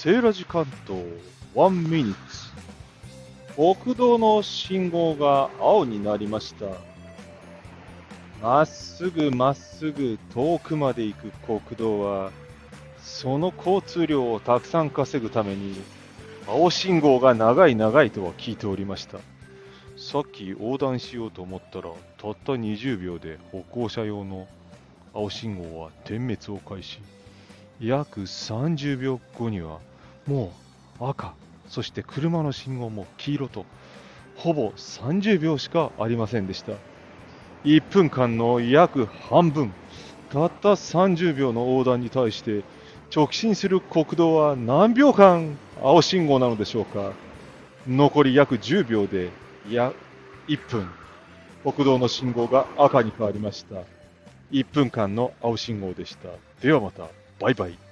セーラジ関東1ミニッツ。国道の信号が青になりました。まっすぐまっすぐ遠くまで行く国道は、その交通量をたくさん稼ぐために、青信号が長い長いとは聞いておりました。さっき横断しようと思ったら、たった20秒で歩行者用の青信号は点滅を開始。約30秒後にはもう赤、そして車の信号も黄色と、ほぼ30秒しかありませんでした。1分間の約半分、たった30秒の横断に対して直進する国道は何秒間青信号なのでしょうか。残り約10秒で1分、国道の信号が赤に変わりました。1分間の青信号でした。ではまた、バイバイ。